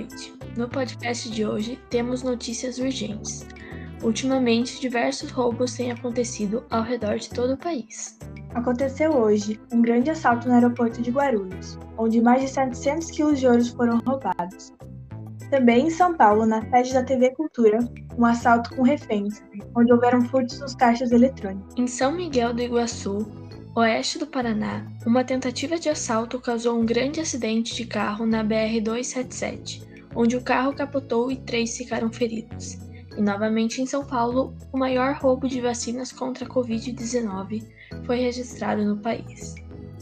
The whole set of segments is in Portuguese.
noite. No podcast de hoje, temos notícias urgentes. Ultimamente, diversos roubos têm acontecido ao redor de todo o país. Aconteceu hoje um grande assalto no aeroporto de Guarulhos, onde mais de 700 quilos de ouro foram roubados. Também em São Paulo, na sede da TV Cultura, um assalto com reféns, onde houveram furtos nos caixas eletrônicos. Em São Miguel do Iguaçu, oeste do Paraná, uma tentativa de assalto causou um grande acidente de carro na BR-277, onde o carro capotou e 3 ficaram feridos. E novamente em São Paulo, o maior roubo de vacinas contra a Covid-19 foi registrado no país.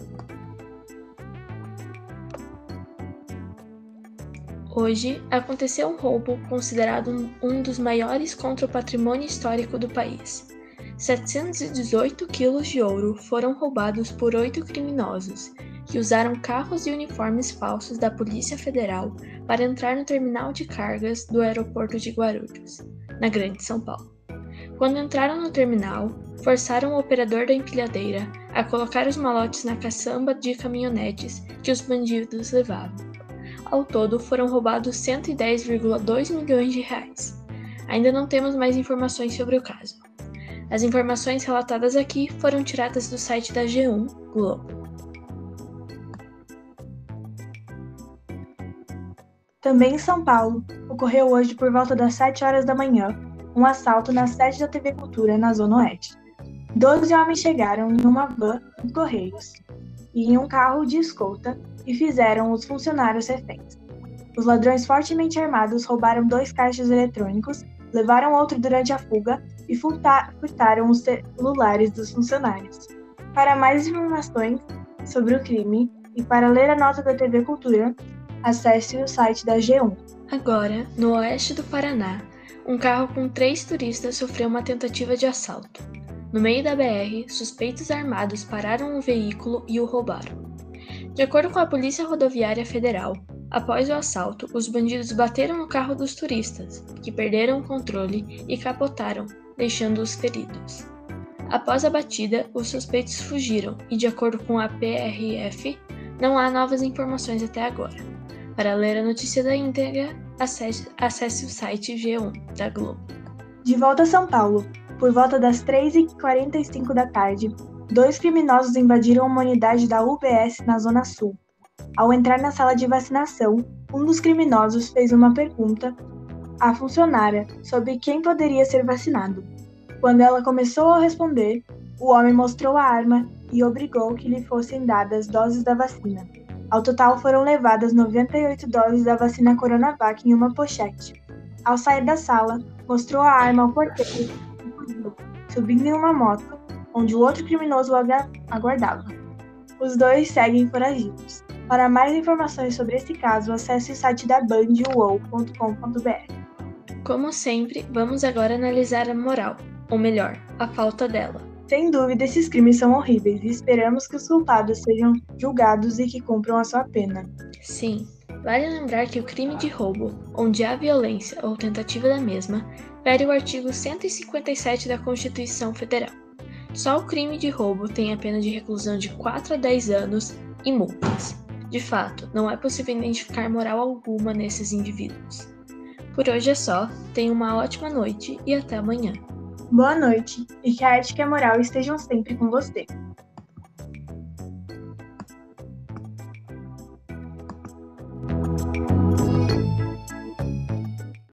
Hoje, aconteceu um roubo considerado um dos maiores contra o patrimônio histórico do país. 718 quilos de ouro foram roubados por 8 criminosos, que usaram carros e uniformes falsos da Polícia Federal para entrar no terminal de cargas do aeroporto de Guarulhos, na Grande São Paulo. Quando entraram no terminal, forçaram o operador da empilhadeira a colocar os malotes na caçamba de caminhonetes que os bandidos levavam. Ao todo, foram roubados 110,2 milhões de reais. Ainda não temos mais informações sobre o caso. As informações relatadas aqui foram tiradas do site da G1 Globo. Também em São Paulo, ocorreu hoje por volta das 7 horas da manhã, um assalto na sede da TV Cultura, na Zona Oeste. 12 homens chegaram em uma van dos Correios e em um carro de escolta e fizeram os funcionários reféns. Os ladrões fortemente armados roubaram 2 caixas eletrônicos, levaram outro durante a fuga e furtaram os celulares dos funcionários. Para mais informações sobre o crime e para ler a nota da TV Cultura, acesse o site da G1. Agora, no oeste do Paraná, um carro com 3 turistas sofreu uma tentativa de assalto. No meio da BR, suspeitos armados pararam o veículo e o roubaram. De acordo com a Polícia Rodoviária Federal, após o assalto, os bandidos bateram no carro dos turistas, que perderam o controle e capotaram, deixando-os feridos. Após a batida, os suspeitos fugiram e, de acordo com a PRF, não há novas informações até agora. Para ler a notícia da íntegra, acesse o site G1 da Globo. De volta a São Paulo, por volta das 3h45 da tarde, 2 criminosos invadiram uma unidade da UBS na Zona Sul. Ao entrar na sala de vacinação, um dos criminosos fez uma pergunta à funcionária sobre quem poderia ser vacinado. Quando ela começou a responder, o homem mostrou a arma e obrigou que lhe fossem dadas doses da vacina. Ao total foram levadas 98 doses da vacina Coronavac em uma pochete. Ao sair da sala, mostrou a arma ao porteiro e fugiu, subindo em uma moto, onde o outro criminoso o aguardava. Os dois seguem foragidos. Para mais informações sobre esse caso, acesse o site da banduol.com.br. Como sempre, vamos agora analisar a moral, ou melhor, a falta dela. Sem dúvida, esses crimes são horríveis e esperamos que os culpados sejam julgados e que cumpram a sua pena. Sim, vale lembrar que o crime de roubo, onde há violência ou tentativa da mesma, fere o artigo 157 da Constituição Federal. Só o crime de roubo tem a pena de reclusão de 4 a 10 anos e multas. De fato, não é possível identificar moral alguma nesses indivíduos. Por hoje é só, tenha uma ótima noite e até amanhã. Boa noite, e que a ética e a moral estejam sempre com você.